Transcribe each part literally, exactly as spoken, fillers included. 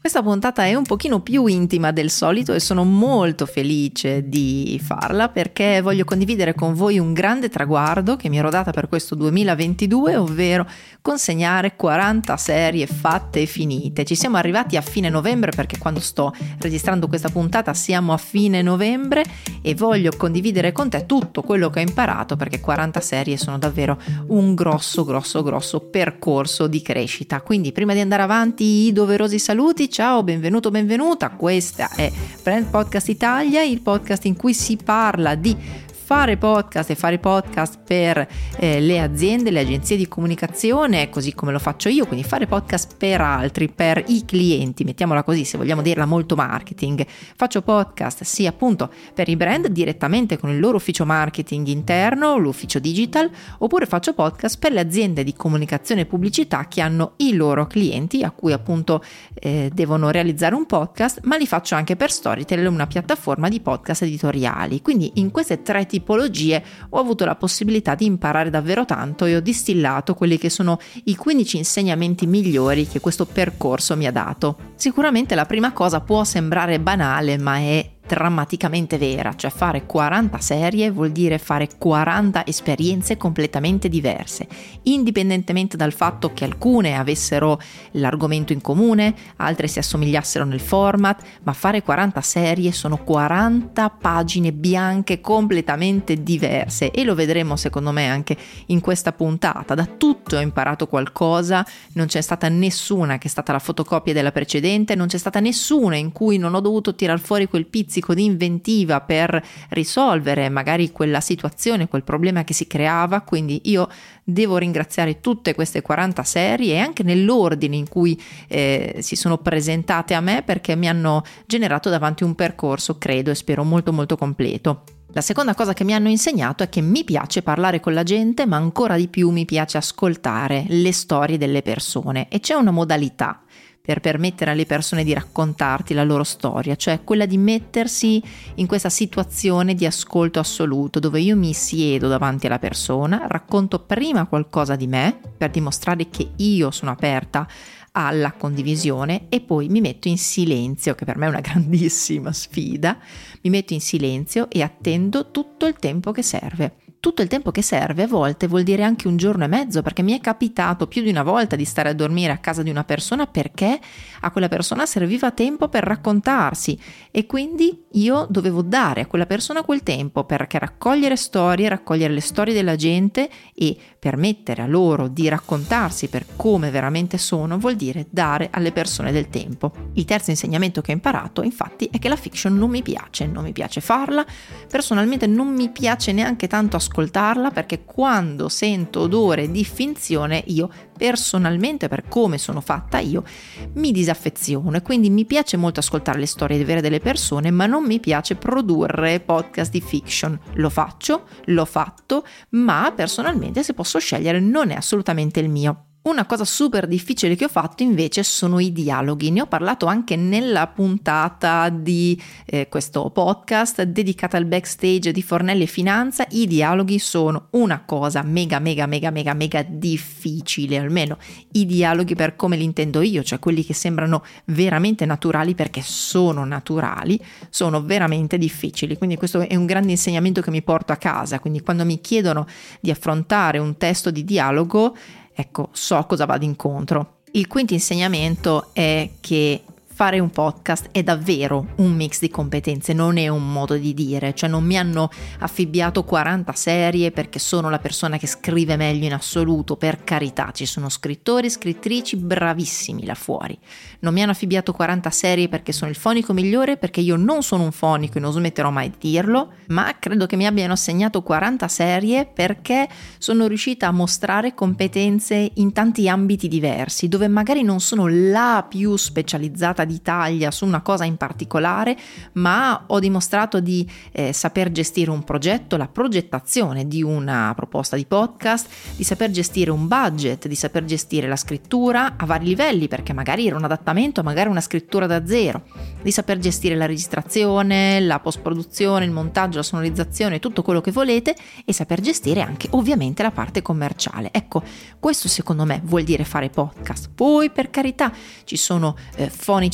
Questa puntata è un pochino più intima del solito e sono molto felice di farla perché voglio condividere con voi un grande traguardo che mi ero data per questo duemilaventidue, ovvero consegnare quaranta serie fatte e finite. Ci siamo arrivati a fine novembre perché quando sto registrando questa puntata siamo a fine novembre e voglio condividere con te tutto quello che ho imparato perché quaranta serie sono davvero un grosso grosso grosso percorso di crescita. Quindi prima di andare avanti i doverosi saluti. Ciao, benvenuto, benvenuta, questa è Brand Podcast Italia, il podcast in cui si parla di fare podcast e fare podcast per eh, le aziende, le agenzie di comunicazione, così come lo faccio io, quindi fare podcast per altri, per i clienti, mettiamola così, se vogliamo dirla molto marketing. Faccio podcast sia appunto per i brand direttamente con il loro ufficio marketing interno, l'ufficio digital, oppure faccio podcast per le aziende di comunicazione e pubblicità che hanno i loro clienti a cui appunto eh, devono realizzare un podcast, ma li faccio anche per Storytel, una piattaforma di podcast editoriali. Quindi in queste tre tipologie ho avuto la possibilità di imparare davvero tanto e ho distillato quelli che sono i quindici insegnamenti migliori che questo percorso mi ha dato. Sicuramente la prima cosa può sembrare banale, ma è drammaticamente vera, cioè fare quaranta serie vuol dire fare quaranta esperienze completamente diverse, indipendentemente dal fatto che alcune avessero l'argomento in comune, altre si assomigliassero nel format, ma fare quaranta serie sono quaranta pagine bianche completamente diverse e lo vedremo secondo me anche in questa puntata. Da tutto ho imparato qualcosa, non c'è stata nessuna che è stata la fotocopia della precedente, non c'è stata nessuna in cui non ho dovuto tirar fuori quel pizzico di inventiva per risolvere magari quella situazione, quel problema che si creava. Quindi io devo ringraziare tutte queste quaranta serie e anche nell'ordine in cui eh, si sono presentate a me, perché mi hanno generato davanti un percorso, credo e spero molto molto completo. La seconda cosa che mi hanno insegnato è che mi piace parlare con la gente, ma ancora di più mi piace ascoltare le storie delle persone, e c'è una modalità per permettere alle persone di raccontarti la loro storia, cioè quella di mettersi in questa situazione di ascolto assoluto, dove io mi siedo davanti alla persona, racconto prima qualcosa di me per dimostrare che io sono aperta alla condivisione e poi mi metto in silenzio, che per me è una grandissima sfida, mi metto in silenzio e attendo tutto il tempo che serve. Tutto il tempo che serve a volte vuol dire anche un giorno e mezzo, perché mi è capitato più di una volta di stare a dormire a casa di una persona perché a quella persona serviva tempo per raccontarsi e quindi io dovevo dare a quella persona quel tempo perché raccogliere storie, raccogliere le storie della gente e permettere a loro di raccontarsi per come veramente sono vuol dire dare alle persone del tempo. Il terzo insegnamento che ho imparato infatti è che la fiction non mi piace, non mi piace farla, personalmente non mi piace neanche tanto ascoltarla, perché quando sento odore di finzione io personalmente, per come sono fatta io, mi disaffeziono e quindi mi piace molto ascoltare le storie vere delle persone, ma non mi piace produrre podcast di fiction. Lo faccio, l'ho fatto, ma personalmente, se posso scegliere, non è assolutamente il mio. Una cosa super difficile che ho fatto invece sono i dialoghi. Ne ho parlato anche nella puntata di eh, questo podcast dedicata al backstage di Fornelli e Finanza. I dialoghi sono una cosa mega mega mega mega mega difficile, almeno i dialoghi per come li intendo io, cioè quelli che sembrano veramente naturali perché sono naturali, sono veramente difficili. Quindi questo è un grande insegnamento che mi porto a casa. Quindi quando mi chiedono di affrontare un testo di dialogo, ecco, so cosa vado incontro. Il quinto insegnamento è che fare un podcast è davvero un mix di competenze, non è un modo di dire, cioè non mi hanno affibbiato quaranta serie perché sono la persona che scrive meglio in assoluto, per carità, ci sono scrittori e scrittrici bravissimi là fuori. Non mi hanno affibbiato quaranta serie perché sono il fonico migliore, perché io non sono un fonico e non smetterò mai di dirlo, ma credo che mi abbiano assegnato quaranta serie perché sono riuscita a mostrare competenze in tanti ambiti diversi, dove magari non sono la più specializzata d'Italia su una cosa in particolare, ma ho dimostrato di eh, saper gestire un progetto, la progettazione di una proposta di podcast, di saper gestire un budget, di saper gestire la scrittura a vari livelli, perché magari era un adattamento, magari una scrittura da zero, di saper gestire la registrazione, la post-produzione, il montaggio, la sonorizzazione, tutto quello che volete, e saper gestire anche ovviamente la parte commerciale. Ecco, questo secondo me vuol dire fare podcast. Poi per carità ci sono eh, fonici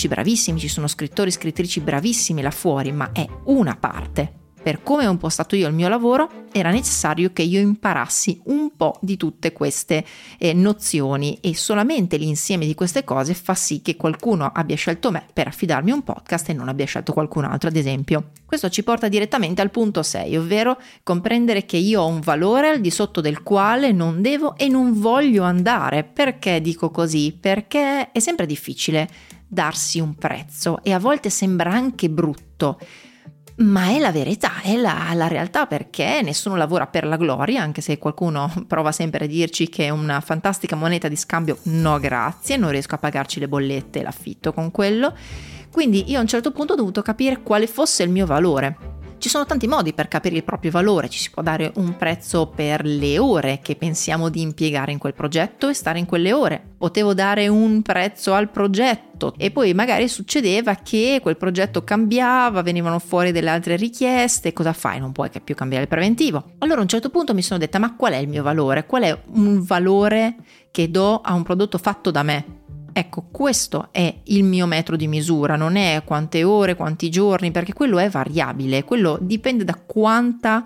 coach bravissimi, ci sono scrittori e scrittrici bravissimi là fuori, ma è una parte. Per come ho impostato io il mio lavoro, era necessario che io imparassi un po' di tutte queste eh, nozioni, e solamente l'insieme di queste cose fa sì che qualcuno abbia scelto me per affidarmi un podcast e non abbia scelto qualcun altro, ad esempio. Questo ci porta direttamente al punto sei, ovvero comprendere che io ho un valore al di sotto del quale non devo e non voglio andare. Perché dico così? Perché è sempre difficile darsi un prezzo e a volte sembra anche brutto. Ma è la verità, è la, la realtà, perché nessuno lavora per la gloria, anche se qualcuno prova sempre a dirci che è una fantastica moneta di scambio. No grazie, non riesco a pagarci le bollette e l'affitto con quello. Quindi io a un certo punto ho dovuto capire quale fosse il mio valore. Ci sono tanti modi per capire il proprio valore, ci si può dare un prezzo per le ore che pensiamo di impiegare in quel progetto e stare in quelle ore. Potevo dare un prezzo al progetto e poi magari succedeva che quel progetto cambiava, venivano fuori delle altre richieste, cosa fai? Non puoi più cambiare il preventivo. Allora a un certo punto mi sono detta: ma qual è il mio valore? Qual è un valore che do a un prodotto fatto da me? Ecco, questo è il mio metro di misura, non è quante ore, quanti giorni, perché quello è variabile, quello dipende da quanta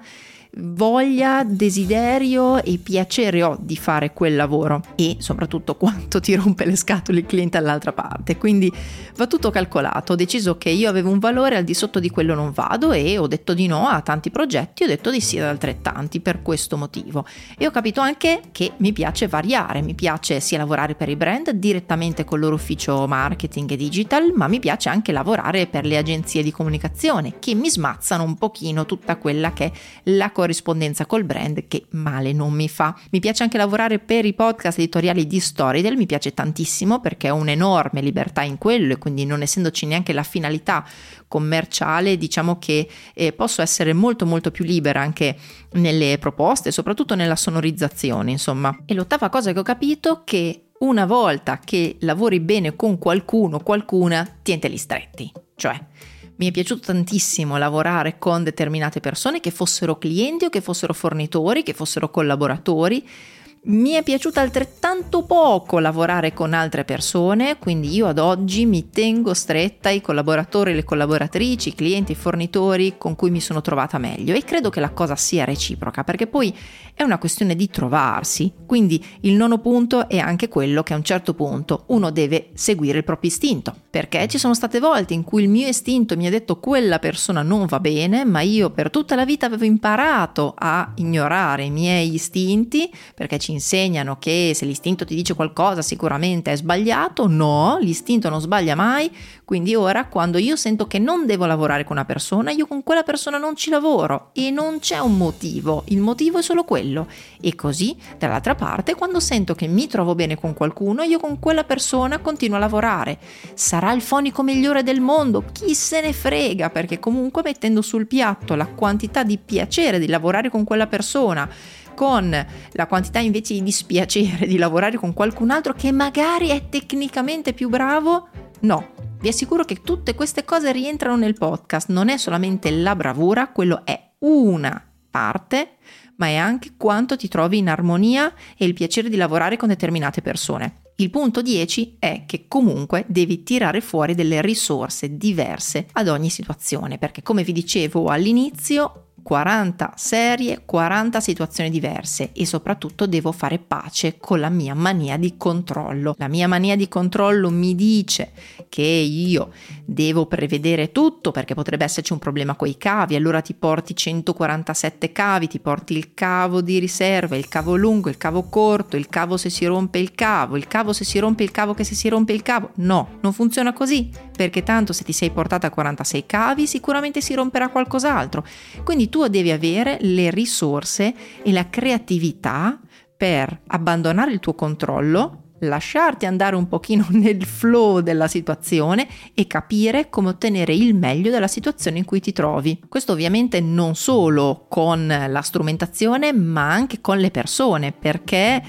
voglia, desiderio e piacere ho di fare quel lavoro e soprattutto quanto ti rompe le scatole il cliente all'altra parte. Quindi va tutto calcolato. Ho deciso che io avevo un valore, al di sotto di quello non vado, e ho detto di no a tanti progetti, ho detto di sì ad altrettanti per questo motivo. E ho capito anche che mi piace variare, mi piace sia lavorare per i brand direttamente con il loro ufficio marketing e digital, ma mi piace anche lavorare per le agenzie di comunicazione che mi smazzano un pochino tutta quella che è la corrispondenza col brand, che male non mi fa. Mi piace anche lavorare per i podcast editoriali di Storytel, mi piace tantissimo perché ho un'enorme libertà in quello, e quindi non essendoci neanche la finalità commerciale, diciamo che eh, posso essere molto molto più libera anche nelle proposte, soprattutto nella sonorizzazione, insomma. E l'ottava cosa che ho capito è che una volta che lavori bene con qualcuno, qualcuna, tienteli stretti, cioè mi è piaciuto tantissimo lavorare con determinate persone, che fossero clienti o che fossero fornitori, che fossero collaboratori. Mi è piaciuto altrettanto poco lavorare con altre persone, quindi io ad oggi mi tengo stretta ai collaboratori, le collaboratrici, i clienti, i fornitori con cui mi sono trovata meglio, e credo che la cosa sia reciproca, perché poi è una questione di trovarsi. Quindi il nono punto è anche quello che a un certo punto uno deve seguire il proprio istinto, perché ci sono state volte in cui il mio istinto mi ha detto quella persona non va bene, ma io per tutta la vita avevo imparato a ignorare i miei istinti, perché ci insegnano che se l'istinto ti dice qualcosa sicuramente è sbagliato. No, l'istinto non sbaglia mai. Quindi ora, quando io sento che non devo lavorare con una persona, io con quella persona non ci lavoro, e non c'è un motivo, il motivo è solo quello. E così dall'altra parte, quando sento che mi trovo bene con qualcuno, io con quella persona continuo a lavorare. Sarà il fonico migliore del mondo, chi se ne frega, perché comunque mettendo sul piatto la quantità di piacere di lavorare con quella persona con la quantità invece di dispiacere di lavorare con qualcun altro che magari è tecnicamente più bravo, no, vi assicuro che tutte queste cose rientrano nel podcast. Non è solamente la bravura, quello è una parte, ma è anche quanto ti trovi in armonia e il piacere di lavorare con determinate persone. Il punto dieci è che comunque devi tirare fuori delle risorse diverse ad ogni situazione, perché come vi dicevo all'inizio, quaranta serie, quaranta situazioni diverse, e soprattutto devo fare pace con la mia mania di controllo. La mia mania di controllo mi dice che io devo prevedere tutto, perché potrebbe esserci un problema con i cavi, allora ti porti centoquarantasette cavi, ti porti il cavo di riserva, il cavo lungo, il cavo corto, il cavo se si rompe il cavo, il cavo se si rompe il cavo che se si rompe il cavo. No, non funziona così, perché tanto se ti sei portata quarantasei cavi sicuramente si romperà qualcos'altro. Quindi tu devi avere le risorse e la creatività per abbandonare il tuo controllo, lasciarti andare un pochino nel flow della situazione e capire come ottenere il meglio dalla situazione in cui ti trovi. Questo ovviamente non solo con la strumentazione, ma anche con le persone, perché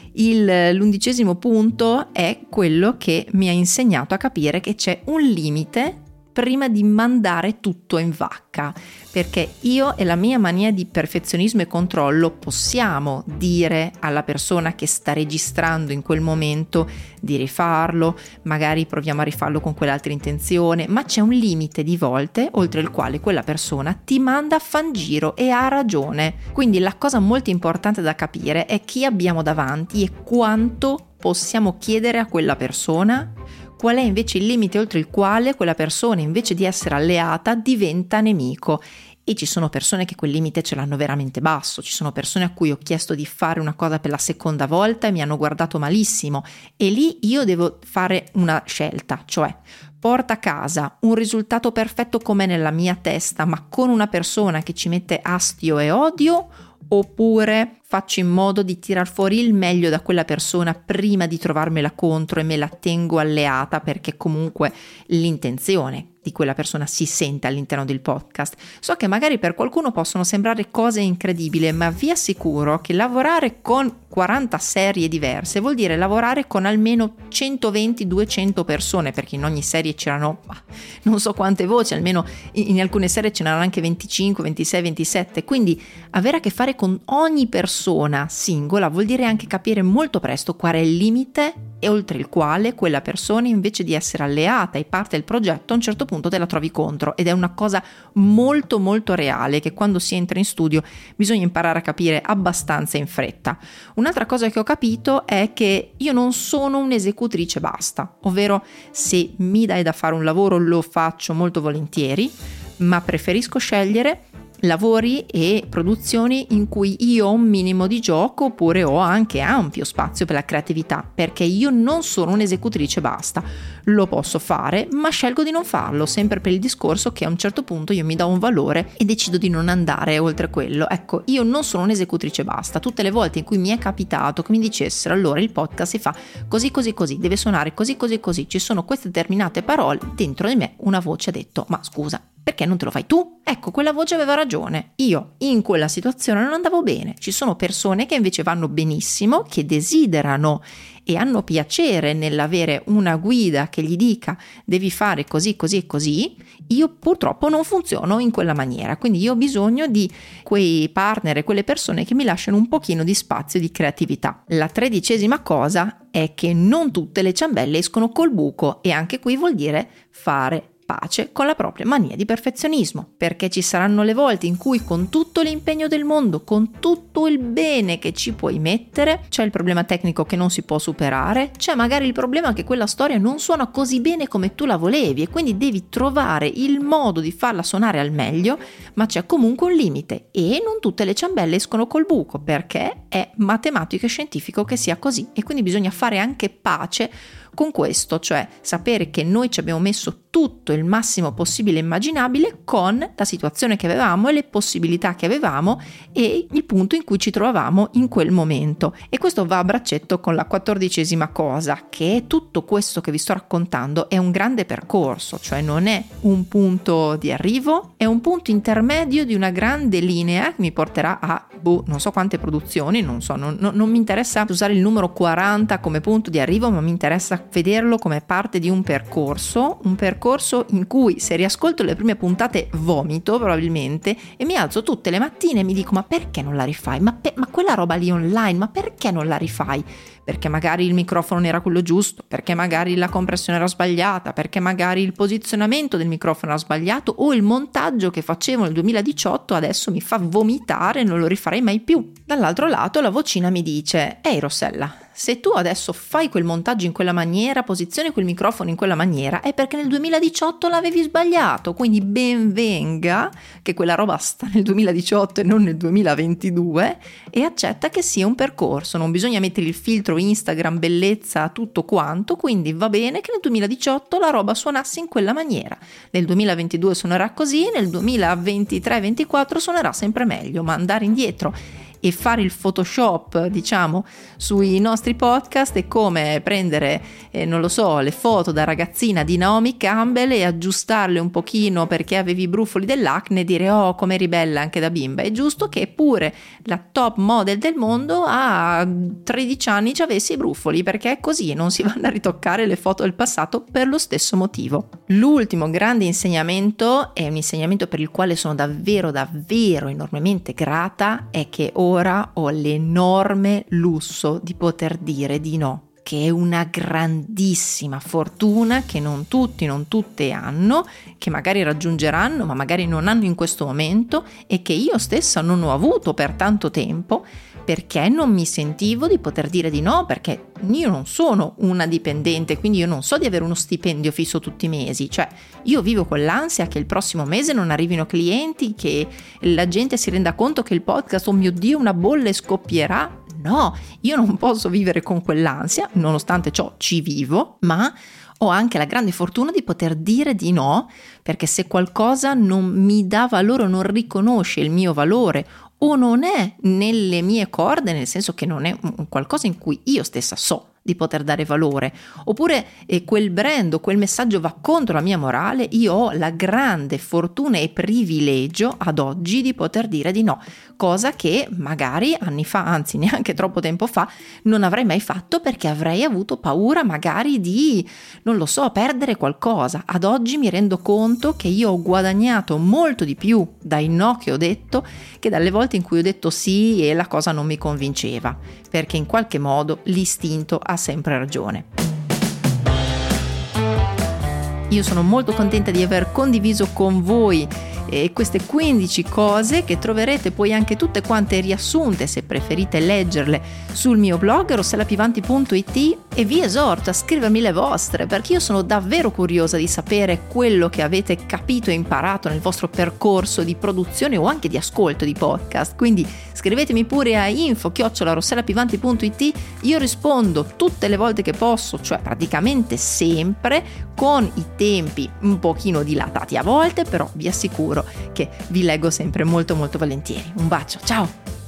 il, l'undicesimo punto è quello che mi ha insegnato a capire che c'è un limite prima di mandare tutto in vacca, perché io e la mia mania di perfezionismo e controllo possiamo dire alla persona che sta registrando in quel momento di rifarlo, magari proviamo a rifarlo con quell'altra intenzione, ma c'è un limite di volte oltre il quale quella persona ti manda a fangiro e ha ragione. Quindi la cosa molto importante da capire è chi abbiamo davanti e quanto possiamo chiedere a quella persona. Qual è invece il limite oltre il quale quella persona, invece di essere alleata, diventa nemico? E ci sono persone che quel limite ce l'hanno veramente basso, ci sono persone a cui ho chiesto di fare una cosa per la seconda volta e mi hanno guardato malissimo, e lì io devo fare una scelta, cioè porta a casa un risultato perfetto come nella mia testa, ma con una persona che ci mette astio e odio, oppure faccio in modo di tirar fuori il meglio da quella persona prima di trovarmela contro e me la tengo alleata, perché comunque l'intenzione di quella persona si sente all'interno del podcast. So che magari per qualcuno possono sembrare cose incredibili, ma vi assicuro che lavorare con quaranta serie diverse vuol dire lavorare con almeno centoventi duecento persone, perché in ogni serie c'erano non so quante voci, almeno in alcune serie ce n'erano anche venticinque, ventisei, ventisette, quindi avere a che fare con ogni persona singola vuol dire anche capire molto presto qual è il limite e oltre il quale quella persona, invece di essere alleata e parte del progetto, a un certo punto te la trovi contro, ed è una cosa molto molto reale che quando si entra in studio bisogna imparare a capire abbastanza in fretta. Un'altra cosa che ho capito è che io non sono un'esecutrice basta, ovvero se mi dai da fare un lavoro lo faccio molto volentieri, ma preferisco scegliere lavori e produzioni in cui io ho un minimo di gioco, oppure ho anche ampio spazio per la creatività, perché io non sono un'esecutrice basta. Lo posso fare, ma scelgo di non farlo, sempre per il discorso che a un certo punto io mi do un valore e decido di non andare oltre quello. Ecco, io non sono un'esecutrice basta. Tutte le volte in cui mi è capitato che mi dicessero allora il podcast si fa così così così, deve suonare così così così, ci sono queste determinate parole, dentro di me una voce ha detto ma scusa, perché non te lo fai tu? Ecco, quella voce aveva ragione. Io in quella situazione non andavo bene. Ci sono persone che invece vanno benissimo, che desiderano e hanno piacere nell'avere una guida che gli dica devi fare così, così e così. Io purtroppo non funziono in quella maniera, quindi io ho bisogno di quei partner e quelle persone che mi lasciano un pochino di spazio di creatività. La tredicesima cosa è che non tutte le ciambelle escono col buco, e anche qui vuol dire fare pace con la propria mania di perfezionismo, perché ci saranno le volte in cui con tutto l'impegno del mondo, con tutto il bene che ci puoi mettere, c'è il problema tecnico che non si può superare, c'è magari il problema che quella storia non suona così bene come tu la volevi e quindi devi trovare il modo di farla suonare al meglio, ma c'è comunque un limite e non tutte le ciambelle escono col buco, perché è matematico e scientifico che sia così, e quindi bisogna fare anche pace con questo, cioè sapere che noi ci abbiamo messo tutto il massimo possibile immaginabile con la situazione che avevamo e le possibilità che avevamo e il punto in cui ci trovavamo in quel momento. E questo va a braccetto con la quattordicesima cosa, che è tutto questo che vi sto raccontando è un grande percorso, cioè non è un punto di arrivo, è un punto intermedio di una grande linea che mi porterà a boh, non so quante produzioni, non so, non, non, non mi interessa usare il numero quaranta come punto di arrivo, ma mi interessa vederlo come parte di un percorso, un percorso in cui se riascolto le prime puntate vomito probabilmente e mi alzo tutte le mattine e mi dico ma perché non la rifai? Ma, pe- ma quella roba lì online, ma perché non la rifai? Perché magari il microfono non era quello giusto, perché magari la compressione era sbagliata, perché magari il posizionamento del microfono era sbagliato o il montaggio che facevo nel duemiladiciotto adesso mi fa vomitare e non lo rifarei mai più. Dall'altro lato la vocina mi dice ehi Rossella, se tu adesso fai quel montaggio in quella maniera, posizioni quel microfono in quella maniera, è perché nel duemiladiciotto l'avevi sbagliato, quindi ben venga che quella roba sta nel duemiladiciotto e non nel duemilaventidue e accetta che sia un percorso, non bisogna mettere il filtro Instagram, bellezza, tutto quanto, quindi va bene che nel duemiladiciotto la roba suonasse in quella maniera, nel duemilaventidue suonerà così, nel duemilaventitré ventiquattro suonerà sempre meglio, ma andare indietro e fare il Photoshop, diciamo, sui nostri podcast è come prendere, eh, non lo so, le foto da ragazzina di Naomi Campbell e aggiustarle un pochino perché avevi i brufoli dell'acne e dire oh come eri bella anche da bimba. È giusto che pure la top model del mondo a tredici anni ci avesse i brufoli, perché è così, non si vanno a ritoccare le foto del passato per lo stesso motivo. L'ultimo grande insegnamento, è un insegnamento per il quale sono davvero davvero enormemente grata, è che ora ho l'enorme lusso di poter dire di no, che è una grandissima fortuna che non tutti, non tutte hanno, che magari raggiungeranno ma magari non hanno in questo momento e che io stessa non ho avuto per tanto tempo, perché non mi sentivo di poter dire di no, perché io non sono una dipendente, quindi io non so di avere uno stipendio fisso tutti i mesi, cioè io vivo con l'ansia che il prossimo mese non arrivino clienti, che la gente si renda conto che il podcast, oh mio Dio, una bolla scoppierà. No, io non posso vivere con quell'ansia, nonostante ciò ci vivo, ma ho anche la grande fortuna di poter dire di no, perché se qualcosa non mi dà valore o non riconosce il mio valore o non è nelle mie corde, nel senso che non è un qualcosa in cui io stessa so di poter dare valore, oppure eh, quel brand o quel messaggio va contro la mia morale, io ho la grande fortuna e privilegio ad oggi di poter dire di no, cosa che magari anni fa, anzi neanche troppo tempo fa, non avrei mai fatto, perché avrei avuto paura magari di, non lo so, perdere qualcosa. Ad oggi mi rendo conto che io ho guadagnato molto di più dai no che ho detto che dalle volte in cui ho detto sì e la cosa non mi convinceva, perché in qualche modo l'istinto ha sempre ragione. Io sono molto contenta di aver condiviso con voi eh, queste quindici cose, che troverete poi anche tutte quante riassunte, se preferite leggerle, sul mio blog rosselapivanti punto it, e vi esorto a scrivermi le vostre, perché io sono davvero curiosa di sapere quello che avete capito e imparato nel vostro percorso di produzione o anche di ascolto di podcast. Quindi scrivetemi pure a info chiocciola rosselapivanti punto it, io rispondo tutte le volte che posso, cioè praticamente sempre, con i tempi un pochino dilatati a volte, però vi assicuro che vi leggo sempre molto molto volentieri. Un bacio, ciao!